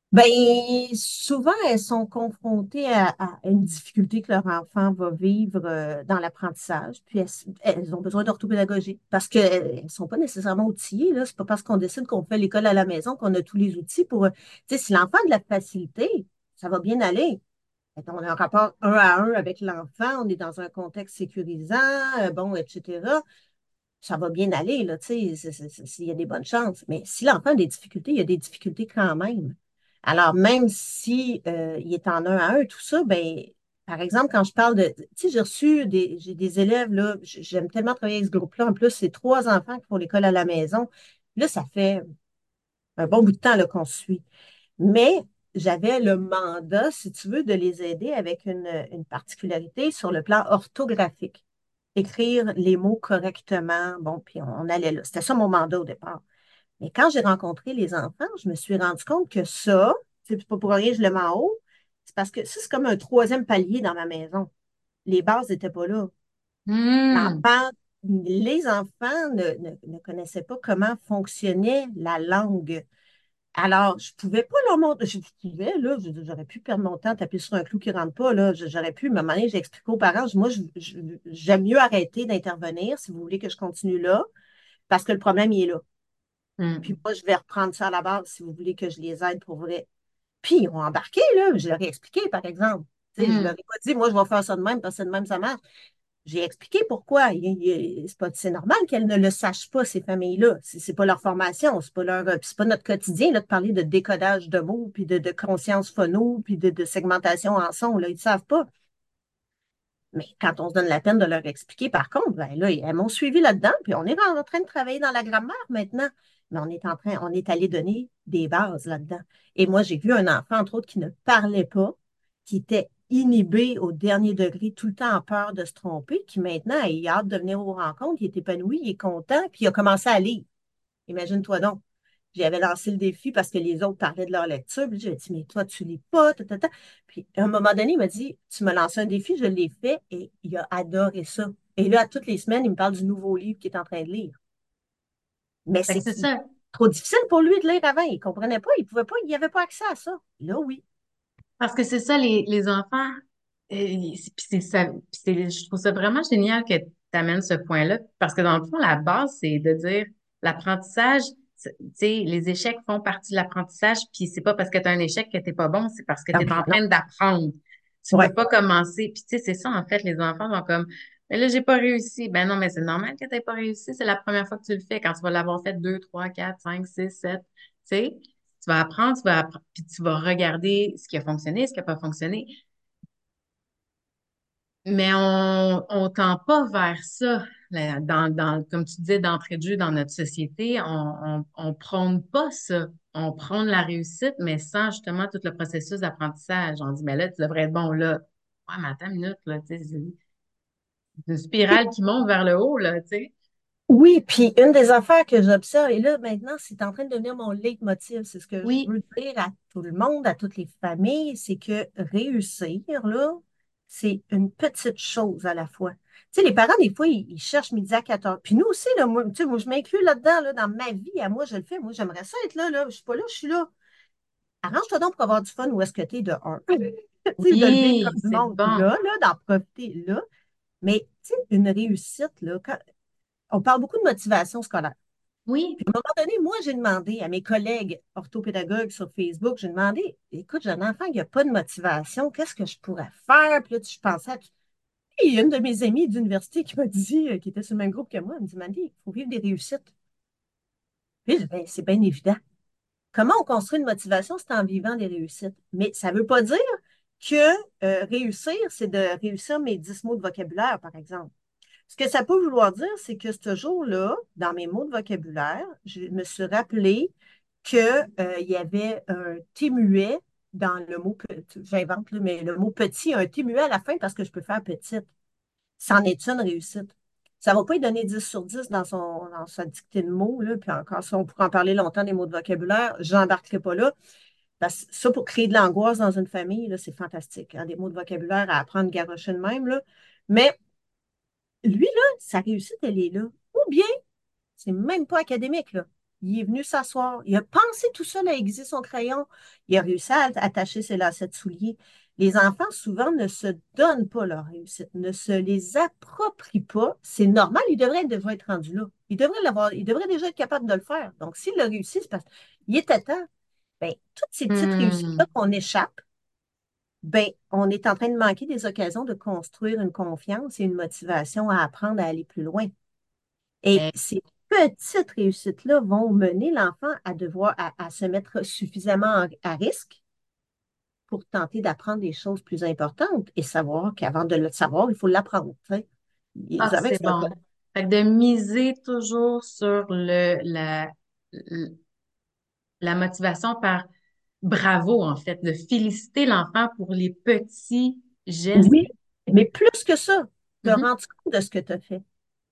Ben, souvent, elles sont confrontées à, à une difficulté que leur enfant va vivre euh, dans l'apprentissage, puis elles, elles ont besoin d'orthopédagogie parce qu'elles ne sont pas nécessairement outillées, là. C'est pas parce qu'on décide qu'on fait l'école à la maison qu'on a tous les outils pour, euh, tu sais, si l'enfant a de la facilité, ça va bien aller. Fait on a un rapport un à un avec l'enfant, on est dans un contexte sécurisant, euh, bon, et cetera. Ça va bien aller, là, tu sais, s'il y a des bonnes chances. Mais si l'enfant a des difficultés, il y a des difficultés quand même. Alors, même si euh, il est en un à un, tout ça, ben, par exemple, quand je parle de, tu sais, j'ai reçu des, j'ai des élèves, là, j- j'aime tellement travailler avec ce groupe-là. En plus, c'est trois enfants qui font l'école à la maison. Là, ça fait un bon bout de temps, là, qu'on se suit. Mais j'avais le mandat, si tu veux, de les aider avec une, une particularité sur le plan orthographique. Écrire les mots correctement. Bon, puis on, on allait là. C'était ça mon mandat au départ. Mais quand j'ai rencontré les enfants, je me suis rendu compte que ça, c'est pas pour rien que je le mets en haut, c'est parce que ça, c'est comme un troisième palier dans ma maison. Les bases n'étaient pas là. Hmm. L'enfant, les enfants ne, ne, ne connaissaient pas comment fonctionnait la langue. Alors, je pouvais pas leur montrer. Je pouvais, là, je- j'aurais pu perdre mon temps à taper sur un clou qui rentre pas, là. Je- J'aurais pu, mais à un moment donné, j'ai expliqué aux parents, je- moi, je- je- j'aime mieux arrêter d'intervenir si vous voulez que je continue là, parce que le problème, il est là. Puis Hmm. moi, je vais reprendre ça à la base si vous voulez que je les aide pour vrai. Puis ils ont embarqué, là. Je leur ai expliqué, par exemple. Tu sais, je leur Hmm. ai pas dit, moi, je vais faire ça de même, parce que de même, ça marche. J'ai expliqué pourquoi. Il- il- C'est pas, c'est normal qu'elles ne le sachent pas, ces familles-là. C'est c'est pas leur formation, c'est pas leur, euh, puis c'est pas notre quotidien là, de parler de décodage de mots, puis de, de conscience phono, puis de, de segmentation en son. Là, ils ne savent pas. Mais quand on se donne la peine de leur expliquer, par contre, ben là, elles m'ont suivi là-dedans, puis on est en train de travailler dans la grammaire maintenant. Mais on est en train, on est allé donner des bases là-dedans. Et moi, j'ai vu un enfant, entre autres, qui ne parlait pas, qui était inhibé au dernier degré, tout le temps en peur de se tromper, qui maintenant il a hâte de venir aux rencontres, il est épanoui, il est content, puis il a commencé à lire. Imagine-toi donc. J'avais lancé le défi parce que les autres parlaient de leur lecture. Puis j'ai dit, mais toi, tu lis pas. Ta, ta, ta. Puis à un moment donné, il m'a dit, tu m'as lancé un défi, je l'ai fait et il a adoré ça. Et là, toutes les semaines, il me parle du nouveau livre qu'il est en train de lire. Mais Fait que c'est c'est ça. trop difficile pour lui de lire avant. Il ne comprenait pas, il pouvait pas, il n'avait pas accès à ça. Là, oui. Parce que c'est ça, les, les enfants, euh, c'est- puis c'est ça, puis c'est- je trouve ça vraiment génial que tu amènes ce point-là, parce que dans le fond, la base, c'est de dire l'apprentissage, c'est- tu sais, les échecs font partie de l'apprentissage, puis c'est pas parce que tu as un échec que t'es pas bon, c'est parce que Ah tu es oui, en non. train d'apprendre. Tu Ouais. peux pas commencer, puis tu sais, c'est ça, en fait, les enfants vont comme, mais là, j'ai pas réussi. Ben non, mais c'est normal que t'aies pas réussi, c'est la première fois que tu le fais, quand tu vas l'avoir fait deux, trois, quatre, cinq, six, sept, tu sais. Tu vas apprendre, tu vas appre- puis tu vas regarder ce qui a fonctionné, ce qui n'a pas fonctionné. Mais on on tend pas vers ça. Là, dans, dans, comme tu disais, d'entrée de jeu dans notre société, on, on, on prône pas ça. On prône la réussite, mais sans justement tout le processus d'apprentissage. On dit, mais là, tu devrais être bon là. Ouais, mais attends une minute, là, tu sais, c'est une spirale qui monte vers le haut, là, tu sais. Oui, puis une des affaires que j'observe, et là maintenant, c'est en train de devenir mon leitmotiv, c'est ce que je Oui, veux dire à tout le monde, à toutes les familles, c'est que réussir, là, c'est une petite chose à la fois. Tu sais, les parents, des fois, ils, ils cherchent midi à quatorze. Puis nous aussi, là, moi, tu sais, moi, je m'inclus là-dedans, là, dans ma vie, à moi, je le fais. Moi, j'aimerais ça être là, là. Je suis pas là, je suis là. Arrange-toi donc pour avoir du fun où est-ce que tu es de un. Tu sais, de le vivre oui, comme du c'est monde bon. là, là, d'en profiter là. Mais, tu sais, une réussite, là, quand, on parle beaucoup de motivation scolaire. Oui, Puis à un moment donné, moi, j'ai demandé à mes collègues orthopédagogues sur Facebook, j'ai demandé, écoute, j'ai un enfant qui n'a pas de motivation, qu'est-ce que je pourrais faire? Puis là, je pensais à... Puis il y a une de mes amies d'université qui m'a dit, euh, qui était sur le même groupe que moi, elle me dit, Mandy, il faut vivre des réussites. Puis j'ai dit, ben, c'est bien évident. Comment on construit une motivation? C'est en vivant des réussites. Mais ça ne veut pas dire que euh, réussir, c'est de réussir mes dix mots de vocabulaire, par exemple. Ce que ça peut vouloir dire, c'est que ce jour-là, dans mes mots de vocabulaire, je me suis rappelé qu'il euh, y avait un T muet dans le mot, j'invente, là, mais le mot petit, un T muet à la fin parce que je peux faire petite. C'en est une réussite. Ça ne va pas lui donner dix sur dix dans, son, dans sa dictée de mots, là, puis encore ça, on pourrait en parler longtemps des mots de vocabulaire. Je n'embarquerai pas là. Parce que ça, pour créer de l'angoisse dans une famille, là, c'est fantastique, hein, des mots de vocabulaire à apprendre garocher de même. Là. Mais lui, là, sa réussite, elle est là. Ou bien, c'est même pas académique, là. Il est venu s'asseoir. Il a pensé tout seul à aiguiser son crayon. Il a réussi à attacher ses lacets de souliers. Les enfants, souvent, ne se donnent pas leur réussite, ne se les approprient pas. C'est normal, ils devraient déjà être rendus là. Ils devraient l'avoir, ils devraient déjà être capables de le faire. Donc, s'ils le réussissent, c'est parce qu'il était temps. Ben, toutes ces petites réussites-là Hmm. qu'on échappe, ben, on est en train de manquer des occasions de construire une confiance et une motivation à apprendre à aller plus loin. Et Eh, ces petites réussites-là vont mener l'enfant à devoir, à, à se mettre suffisamment en- à risque pour tenter d'apprendre des choses plus importantes et savoir qu'avant de le savoir, il faut l'apprendre. Tu sais. Ah, Ils avaient que c'est c'est un peu- bon. Fait que de miser toujours sur le, la, la motivation par bravo, en fait, de féliciter l'enfant pour les petits gestes. Oui, mais plus que ça, te Mhm. rendre compte de ce que tu as fait.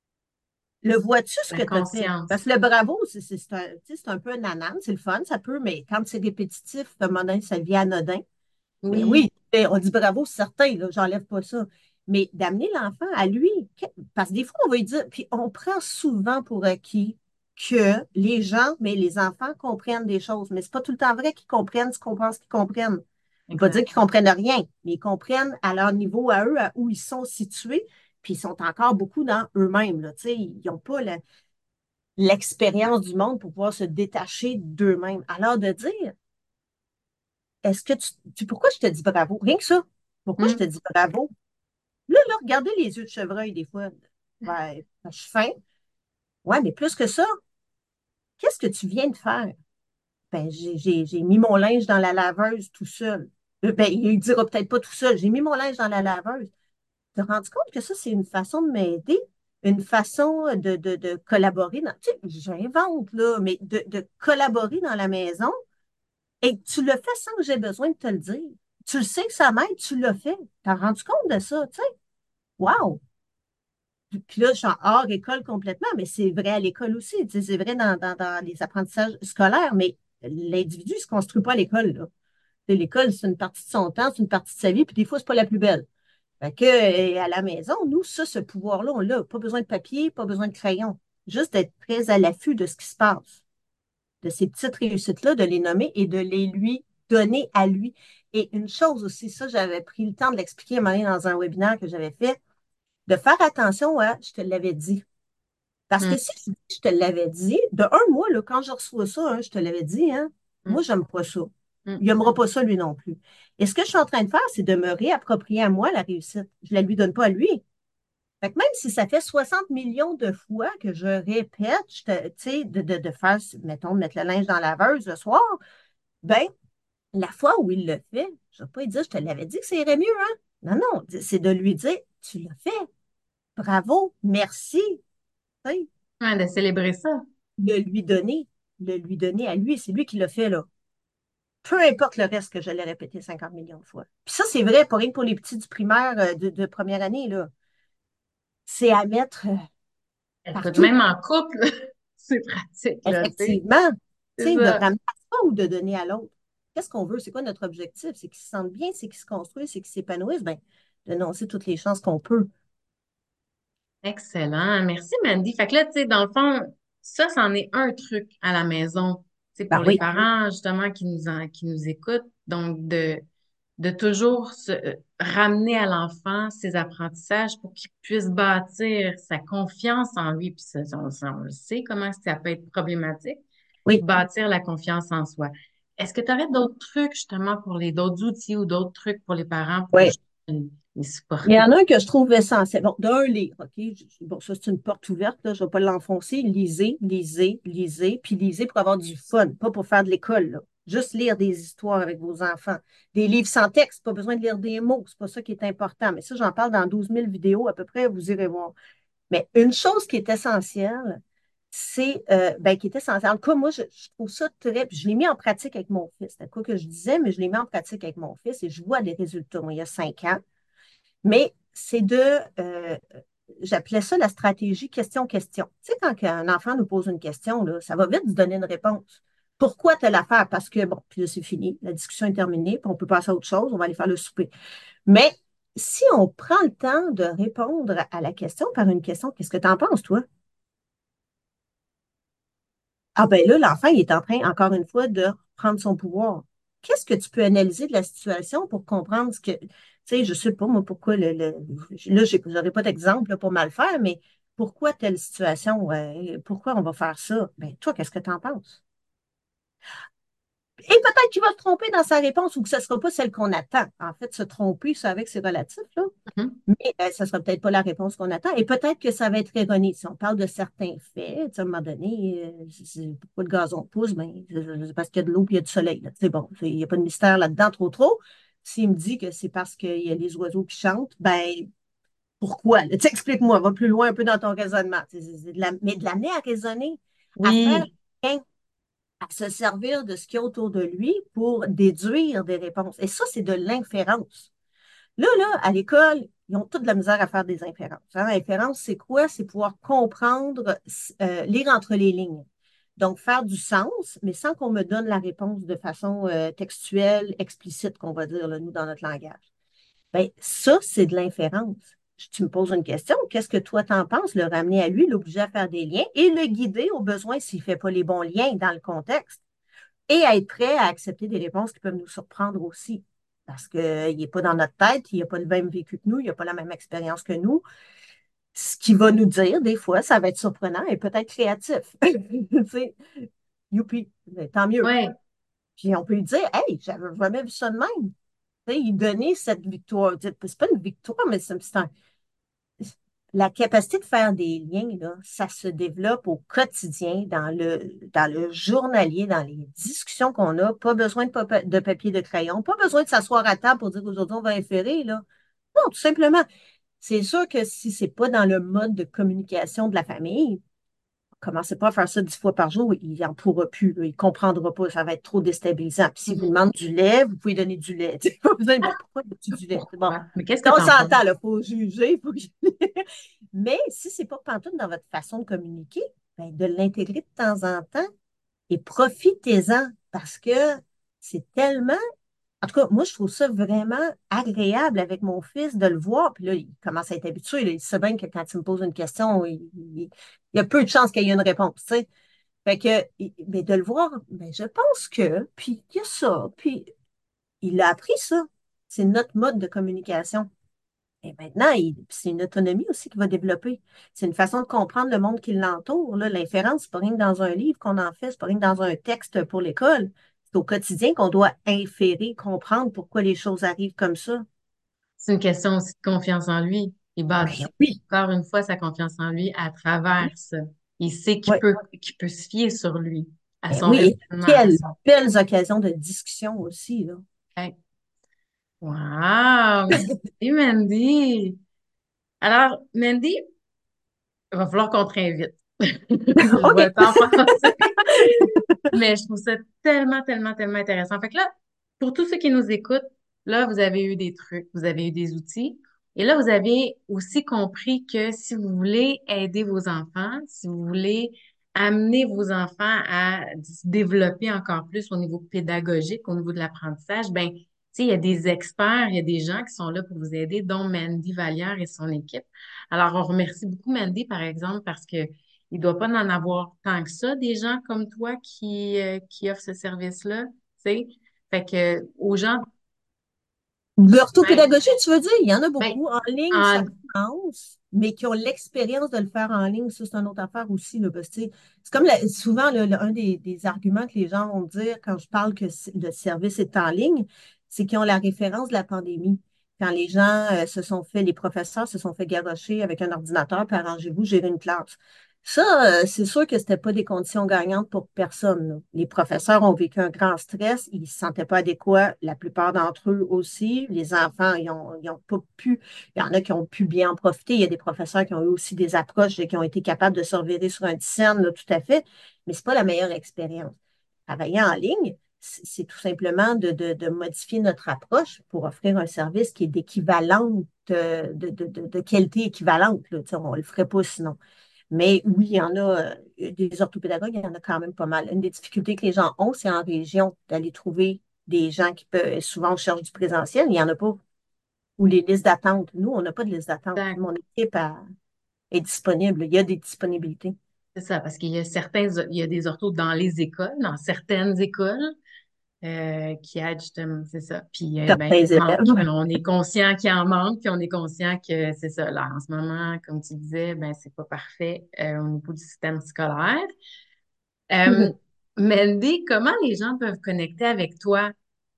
Le vois-tu ce La que tu as fait? Parce conscience. que le bravo, c'est c'est- c'est un, tu sais, c'est un peu un ananas, c'est le fun, ça peut, mais quand c'est répétitif, à un moment donné, ça devient anodin. Mais Oui, oui, eh, on dit bravo, c'est certain, là, j'enlève pas ça. Mais d'amener l'enfant à lui, que- parce que des fois, on va lui dire, puis on prend souvent pour acquis que les gens, mais les enfants comprennent des choses, mais c'est pas tout le temps vrai qu'ils comprennent ce qu'on pense qu'ils comprennent. Je ne veux pas dire exact. qu'ils comprennent rien, mais ils comprennent à leur niveau, à eux, à où ils sont situés, puis ils sont encore beaucoup dans eux-mêmes, là, tu sais, ils n'ont pas la- l'expérience du monde pour pouvoir se détacher d'eux-mêmes. Alors de dire, est-ce que tu, tu- pourquoi je te dis bravo? Rien que ça. Pourquoi je te Hmm. dis bravo? Là, là, regardez les yeux de chevreuil des fois. Ben, je suis faim. Ouais, mais plus que ça, qu'est-ce que tu viens de faire? Ben, j'ai j'ai- j'ai mis mon linge dans la laveuse tout seul. Euh, Ben, il dira peut-être pas tout seul. J'ai mis mon linge dans la laveuse. Tu te rends compte que ça, c'est une façon de m'aider, une façon de, de, de collaborer dans, tu sais, j'invente, là, mais de, de collaborer dans la maison et tu le fais sans que j'ai besoin de te le dire. Tu le sais que ça m'aide, tu l'as fait. T'as rendu compte de ça, tu sais? Wow! Puis là, je suis en hors école complètement, mais c'est vrai à l'école aussi. Tu sais, c'est vrai dans, dans, dans les apprentissages scolaires, mais l'individu ne se construit pas à l'école, là. Tu sais, l'école, c'est une partie de son temps, c'est une partie de sa vie, puis des fois, c'est pas la plus belle. Fait que, euh, à la maison, nous, ça, ce pouvoir-là, on l'a. Pas besoin de papier, pas besoin de crayon. Juste d'être très à l'affût de ce qui se passe, de ces petites réussites-là, de les nommer et de les lui donner à lui. Et une chose aussi, ça, j'avais pris le temps de l'expliquer à un moment donné dans un webinaire que j'avais fait, de faire attention à, je te l'avais dit. Parce Hmm. que si je, je te l'avais dit, de un mois, là, quand je reçois ça, hein, je te l'avais dit, hein, Hmm. moi, j'aime pas ça. Hmm. Il n'aimera pas ça, lui non plus. Et ce que je suis en train de faire, c'est de me réapproprier à moi la réussite. Je ne la lui donne pas à lui. Fait que même si ça fait soixante millions de fois que je répète, je te- tu sais, de, de, de faire, mettons, de mettre le linge dans la laveuse le soir, ben, la fois où il le fait, je ne vais pas lui dire, je te l'avais dit que ça irait mieux, hein? Non, non, c'est de lui dire, tu l'as fait, bravo, merci, tu sais, Ouais, de célébrer ça. le lui donner, le lui donner à lui, c'est lui qui l'a fait, là. Peu importe le reste que je l'ai répété cinquante millions de fois. Puis ça, c'est vrai, pas rien que pour les petits du primaire euh, de, de première année, là. C'est à mettre euh, Écoute, partout. même en couple, c'est pratique, là, tu sais. Effectivement, tu C'est sais, de ça. ramener à soi ou de donner à l'autre. Qu'est-ce qu'on veut? C'est quoi notre objectif? C'est qu'ils se sentent bien, c'est qu'ils se construisent, c'est qu'ils s'épanouissent. Bien, d'énoncer toutes les chances qu'on peut. Excellent. Merci, Mandy. Fait que là, tu sais, dans le fond, ça, c'en est un truc à la maison. C'est Ben pour les oui, parents, justement, qui nous en- qui nous écoutent. Donc, de, de toujours se euh, ramener à l'enfant ses apprentissages pour qu'il puisse bâtir sa confiance en lui. Puis ça, on, ça, on le sait comment ça peut être problématique. oui, Bâtir la confiance en soi. Est-ce que tu aurais d'autres trucs, justement, pour les d'autres outils ou d'autres trucs pour les parents pour oui. justement les Il y supporter? en a un que je trouve essentiel. Bon, d'un, lire, OK? Je- Bon, ça, c'est une porte ouverte, là. Je ne vais pas l'enfoncer. Lisez, lisez, lisez, puis lisez pour avoir du fun, pas pour faire de l'école, là. Juste lire des histoires avec vos enfants. Des livres sans texte, pas besoin de lire des mots, c'est pas ça qui est important. Mais ça, j'en parle dans douze mille vidéos à peu près, vous irez voir. Mais une chose qui est essentielle, c'est, euh, ben, qui est essentielle. En tout cas, moi, je, je trouve ça très, puis je l'ai mis en pratique avec mon fils. C'est quoi que je disais, mais je l'ai mis en pratique avec mon fils et je vois des résultats. Moi, il y a cinq ans. Mais c'est de, euh, j'appelais ça la stratégie question-question. Tu sais, quand un enfant nous pose une question, là, ça va vite de donner une réponse. Pourquoi telle affaire? Parce que, bon, puis là, c'est fini, la discussion est terminée, puis on peut passer à autre chose, on va aller faire le souper. Mais si on prend le temps de répondre à la question par une question, qu'est-ce que tu en penses, toi? Ah ben là, l'enfant, il est en train, encore une fois, de prendre son pouvoir. Qu'est-ce que tu peux analyser de la situation pour comprendre ce que, tu sais, je sais pas, moi, pourquoi le, le là, j'ai- j'aurais pas d'exemple là, pour mal faire, mais pourquoi telle situation, ouais, pourquoi on va faire ça? Ben, toi, qu'est-ce que tu en penses? Et peut-être qu'il va se tromper dans sa réponse ou que ce ne sera pas celle qu'on attend. En fait, se tromper, ça avec, c'est relatif, là. Mhm. Mais euh, ça ne sera peut-être pas la réponse qu'on attend. Et peut-être que ça va être erroné. Si on parle de certains faits, tu sais, à un moment donné, euh, c'est- pourquoi le gazon pousse? Ben, c'est parce qu'il y a de l'eau et il y a du soleil. Là. C'est bon, il n'y a pas de mystère là-dedans trop trop. S'il me dit que c'est parce qu'il y a les oiseaux qui chantent, ben pourquoi? Là? Tu sais, explique-moi, va plus loin un peu dans ton raisonnement. C'est- c'est- c'est de la- mais de l'amener à raisonner, à faire Oui, bien, à se servir de ce qu'il y a autour de lui pour déduire des réponses. Et ça, c'est de l'inférence. Là, là, à l'école, ils ont toute de la misère à faire des inférences. Hein? L'inférence, c'est quoi? C'est pouvoir comprendre, euh, lire entre les lignes. Donc, faire du sens, mais sans qu'on me donne la réponse de façon euh, textuelle, explicite, qu'on va dire, là, nous, dans notre langage. Bien, ça, c'est de l'inférence. Tu me poses une question, qu'est-ce que toi t'en penses? Le ramener à lui, l'obliger à faire des liens et le guider au besoin s'il ne fait pas les bons liens dans le contexte et à être prêt à accepter des réponses qui peuvent nous surprendre aussi. Parce qu'il n'est pas dans notre tête, il n'a pas le même vécu que nous, il n'a pas la même expérience que nous. Ce qu'il va nous dire, des fois, ça va être surprenant et peut-être créatif. Tu sais, youpi, mais tant mieux. oui. Puis on peut lui dire, hey, j'avais jamais vu ça de même. Tu sais, il donnait cette victoire. C'est pas une victoire, mais c'est un, la capacité de faire des liens, là, ça se développe au quotidien, dans le, dans le journalier, dans les discussions qu'on a. Pas besoin de, papa- de papier, de crayon, pas besoin de s'asseoir à table pour dire qu'aujourd'hui on va inférer, là. Non, tout simplement. C'est sûr que si c'est pas dans le mode de communication de la famille, commencez pas à faire ça dix fois par jour, il n'en pourra plus, là, il ne comprendra pas, ça va être trop déstabilisant. Puis s'il vous Mhm. demande du lait, vous pouvez donner du lait. Tu sais, pas besoin de, bon, pourquoi veux-tu du lait? C'est bon. Pourquoi? Mais qu'est-ce que On tu en penses? s'entend, il faut juger, faut que mais si c'est pas pantoute dans votre façon de communiquer, ben, de l'intégrer de temps en temps et profitez-en parce que c'est tellement. En tout cas, moi, je trouve ça vraiment agréable avec mon fils de le voir. Puis là, il commence à être habitué. Là. Il sait bien que quand il me pose une question, il, il- il y a peu de chances qu'il y ait une réponse. Tu sais. Fait que, il- mais de le voir, ben, je pense que, puis il y a ça, puis il a appris ça. C'est notre mode de communication. Et maintenant, il- c'est une autonomie aussi qu'il va développer. C'est une façon de comprendre le monde qui l'entoure. Là. L'inférence, c'est pas rien que dans un livre qu'on en fait, c'est pas rien que dans un texte pour l'école. C'est au quotidien qu'on doit inférer, comprendre pourquoi les choses arrivent comme ça. C'est une question aussi de confiance en lui. Il Ben bâtit oui, encore une fois sa confiance en lui à travers ça. Il sait qu'il oui, peut, qu'il peut se fier sur lui, à ben son oui. Et raisonnement, à quelles son. belles occasions de discussion aussi, là. Hey. Wow! Merci, Mandy. Alors, Mandy, il va falloir qu'on te réinvite. Je vois OK. le temps passer. Mais je trouve ça tellement, tellement, tellement intéressant. Fait que là, pour tous ceux qui nous écoutent, là, vous avez eu des trucs, vous avez eu des outils. Et là, vous avez aussi compris que si vous voulez aider vos enfants, si vous voulez amener vos enfants à se développer encore plus au niveau pédagogique, au niveau de l'apprentissage, ben, tu sais, il y a des experts, il y a des gens qui sont là pour vous aider, dont Mandy Vallière et son équipe. Alors, on remercie beaucoup Mandy, par exemple, parce que il doit pas en avoir tant que ça, des gens comme toi qui, euh, qui offrent ce service-là, tu sais. Fait que aux gens, ben, L'orthopédagogie, tu veux dire? Il y en a ben, beaucoup. En ligne, ça en, commence, mais qui ont l'expérience de le faire en ligne, ça, c'est une autre affaire aussi. Là, parce que, tu sais, c'est comme la- souvent le- le- un des, des arguments que les gens vont dire quand je parle que c- le service est en ligne, c'est qu'ils ont la référence de la pandémie. Quand les gens euh, se sont fait, les professeurs se sont fait garrocher avec un ordinateur, puis arrangez-vous, gérer une classe. Ça, euh, c'est sûr que c'était pas des conditions gagnantes pour personne. Là. Les professeurs ont vécu un grand stress, ils se sentaient pas adéquats, la plupart d'entre eux aussi. Les enfants, ils ont, ils ont pas pu, il y en a qui ont pu bien en profiter. Il y a des professeurs qui ont eu aussi des approches et qui ont été capables de se revirer sur un scène, là, tout à fait, mais c'est pas la meilleure expérience. Travailler en ligne, c'est c'est tout simplement de, de, de modifier notre approche pour offrir un service qui est d'équivalente, euh, de, de, de, de qualité équivalente. Là. Tu sais, on ne le ferait pas sinon. Mais oui, il y en a, euh, des orthopédagogues, il y en a quand même pas mal. Une des difficultés que les gens ont, c'est en région d'aller trouver des gens qui peuvent, souvent on cherche du présentiel, il n'y en a pas. Ou les listes d'attente. Nous, on n'a pas de liste d'attente. exact. Mon équipe a- est disponible. Il y a des disponibilités. C'est ça, parce qu'il y a certains, il y a des orthos dans les écoles, dans certaines écoles, euh, qui aident justement, c'est ça. Puis, euh, ben, Certains il manque. élèves. Alors, on est conscient qu'il en manque, puis on est conscient que c'est ça. Là, en ce moment, comme tu disais, ben, c'est pas parfait euh, au niveau du système scolaire. Euh, Mandy, comment les gens peuvent connecter avec toi?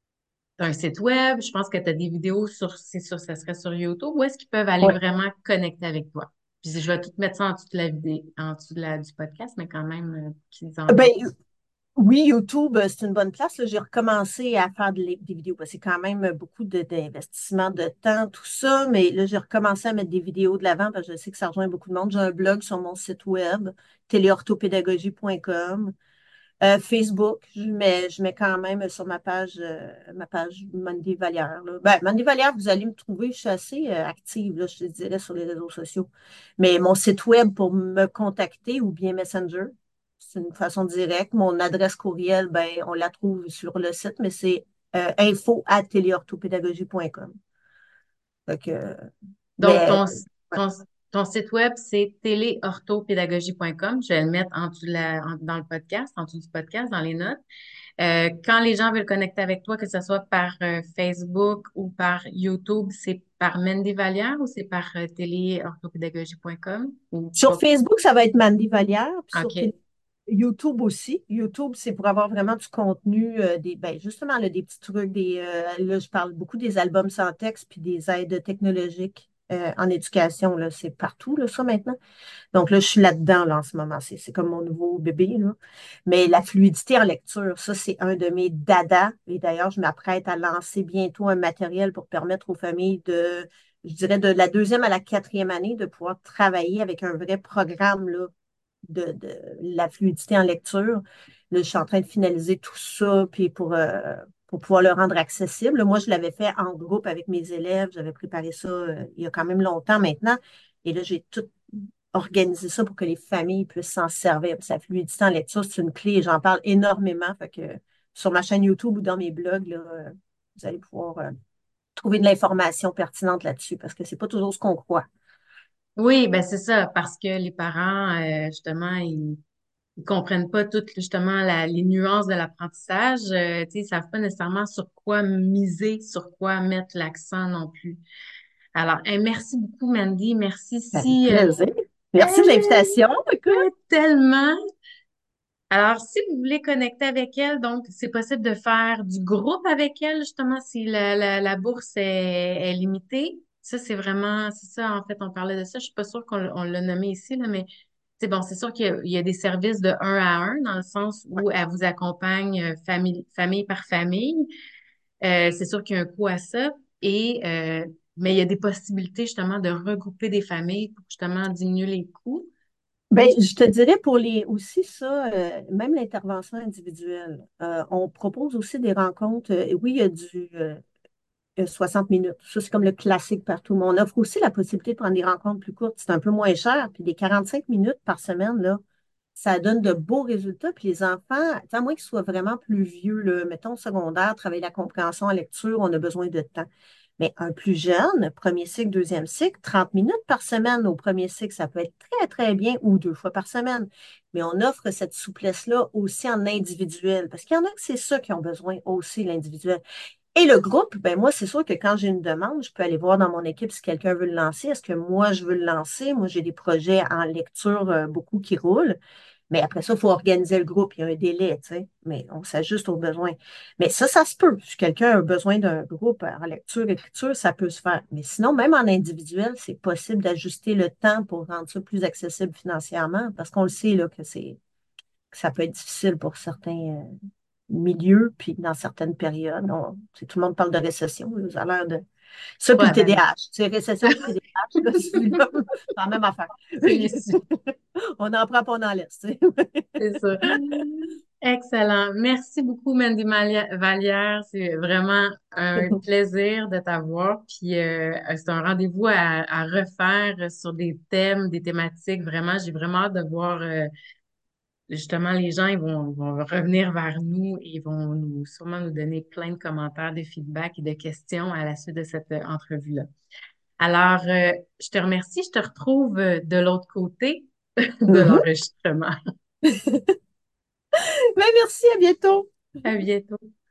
Tu as un site web, je pense que tu as des vidéos sur, c'est sûr, ça serait sur YouTube. Où est-ce qu'ils peuvent aller Oui. vraiment connecter avec toi? Puis je vais tout mettre ça en dessous de la vidéo, en dessous de la, du podcast, mais quand même, euh, qu'ils Ben, entendent. oui, YouTube, euh, c'est une bonne place. Là. J'ai recommencé à faire de des vidéos. Parce que c'est quand même beaucoup de- d'investissement de temps, tout ça. Mais là, j'ai recommencé à mettre des vidéos de l'avant parce que je sais que ça rejoint beaucoup de monde. J'ai un blog sur mon site web, téléorthopédagogie point com. Euh, Facebook, je mets, je mets quand même sur ma page, euh, ma page Mandy Vallière. Là. Ben, Mandy Vallière, vous allez me trouver, je suis assez euh, active, là, je te dirais, sur les réseaux sociaux. Mais mon site web pour me contacter ou bien Messenger, c'est une façon directe. Mon adresse courriel, ben, on la trouve sur le site, mais c'est euh, info at téléorthopédagogie point com. Fait que, Donc, mais ton, ouais. ton, ton site web, c'est téléorthopédagogie point com. Je vais le mettre en dessous de la, en- dans le podcast, en dessous du podcast, dans les notes. Euh, quand les gens veulent connecter avec toi, que ce soit par euh, Facebook ou par YouTube, c'est par Mandy Vallière ou c'est par euh, téléorthopédagogie point com ou Sur pas? Facebook, ça va être Mandy Vallière, puis sur OK. YouTube aussi. YouTube, c'est pour avoir vraiment du contenu, euh, des, ben justement, là, des petits trucs, des, euh, là, je parle beaucoup des albums sans texte, puis des aides technologiques euh, en éducation, là, c'est partout, là, ça, maintenant. Donc là, je suis là-dedans, là, en ce moment. C'est, c'est comme mon nouveau bébé, là. Mais la fluidité en lecture, ça, c'est un de mes dadas. Et d'ailleurs, je m'apprête à lancer bientôt un matériel pour permettre aux familles de, je dirais, de la deuxième à la quatrième année, de pouvoir travailler avec un vrai programme, là, de, de la fluidité en lecture. Là, je suis en train de finaliser tout ça, puis pour, euh, pour pouvoir le rendre accessible. Moi, je l'avais fait en groupe avec mes élèves. J'avais préparé ça euh, il y a quand même longtemps maintenant. Et là, j'ai tout organisé ça pour que les familles puissent s'en servir. Puis la fluidité en lecture, c'est une clé. J'en parle énormément. Fait que sur ma chaîne YouTube ou dans mes blogs, là, euh, vous allez pouvoir euh, trouver de l'information pertinente là-dessus parce que c'est pas toujours ce qu'on croit. Oui, ben c'est ça, parce que les parents, euh, justement, ils ils comprennent pas toutes justement la, les nuances de l'apprentissage. Euh, tu sais, ils savent pas nécessairement sur quoi miser, sur quoi mettre l'accent non plus. Alors, eh, merci beaucoup, Mandy. Merci Ça fait si euh, plaisir. Merci de eh, l'invitation. Écoute. tellement. Alors, si vous voulez connecter avec elle, donc c'est possible de faire du groupe avec elle, justement, si la, la, la bourse est, est limitée. Ça, c'est vraiment, c'est ça, en fait, on parlait de ça. Je suis pas sûre qu'on l- on l'a nommé ici, là, mais c'est bon, c'est sûr qu'il y a, il y a des services de un à un, dans le sens Ouais. où elle vous accompagne euh, famille, famille par famille. Euh, c'est sûr qu'il y a un coût à ça. Et, euh, mais il y a des possibilités, justement, de regrouper des familles pour justement diminuer les coûts. Ben, je te dirais pour les aussi ça, euh, même l'intervention individuelle. Euh, on propose aussi des rencontres. Euh, oui, il y a du euh, euh, soixante minutes. Ça, c'est comme le classique partout. Mais on offre aussi la possibilité de prendre des rencontres plus courtes. C'est un peu moins cher. Puis des quarante-cinq minutes par semaine, là, ça donne de beaux résultats. Puis les enfants, à moins qu'ils soient vraiment plus vieux, là, mettons au secondaire, travailler la compréhension en lecture, on a besoin de temps. Mais un plus jeune, premier cycle, deuxième cycle, trente minutes par semaine au premier cycle, ça peut être très, très bien, ou deux fois par semaine. Mais on offre cette souplesse-là aussi en individuel, parce qu'il y en a que c'est ça qui ont besoin aussi, l'individuel. Et le groupe, ben moi, c'est sûr que quand j'ai une demande, je peux aller voir dans mon équipe si quelqu'un veut le lancer. Est-ce que moi, je veux le lancer? Moi, j'ai des projets en lecture, euh, beaucoup qui roulent. Mais après ça, il faut organiser le groupe. Il y a un délai, tu sais. Mais on s'ajuste aux besoins. Mais ça, ça se peut. Si quelqu'un a besoin d'un groupe en lecture, écriture, ça peut se faire. Mais sinon, même en individuel, c'est possible d'ajuster le temps pour rendre ça plus accessible financièrement. Parce qu'on le sait, là, que c'est, que ça peut être difficile pour certains, euh, milieux, puis dans certaines périodes. On- tu sais, tout le monde parle de récession. Là, ça a l'air de. Ça, puis le Ouais, ben, T D A H. Tu sais, récession puis T D A H, là, c'est comme- c'est la même affaire. c'est bien sûr. On en prend, pas on en laisse. Tu sais. C'est ça. Excellent. Merci beaucoup, Mandy Malia- Vallière. C'est vraiment un plaisir de t'avoir. Puis euh, c'est un rendez-vous à, à refaire sur des thèmes, des thématiques. Vraiment, j'ai vraiment hâte de voir euh, justement les gens, ils vont, vont revenir vers nous et ils vont nous sûrement nous donner plein de commentaires, de feedback et de questions à la suite de cette euh, entrevue-là. Alors, euh, je te remercie. Je te retrouve euh, de l'autre côté. de Mhm. l'enregistrement. Ben, merci, à bientôt. À bientôt.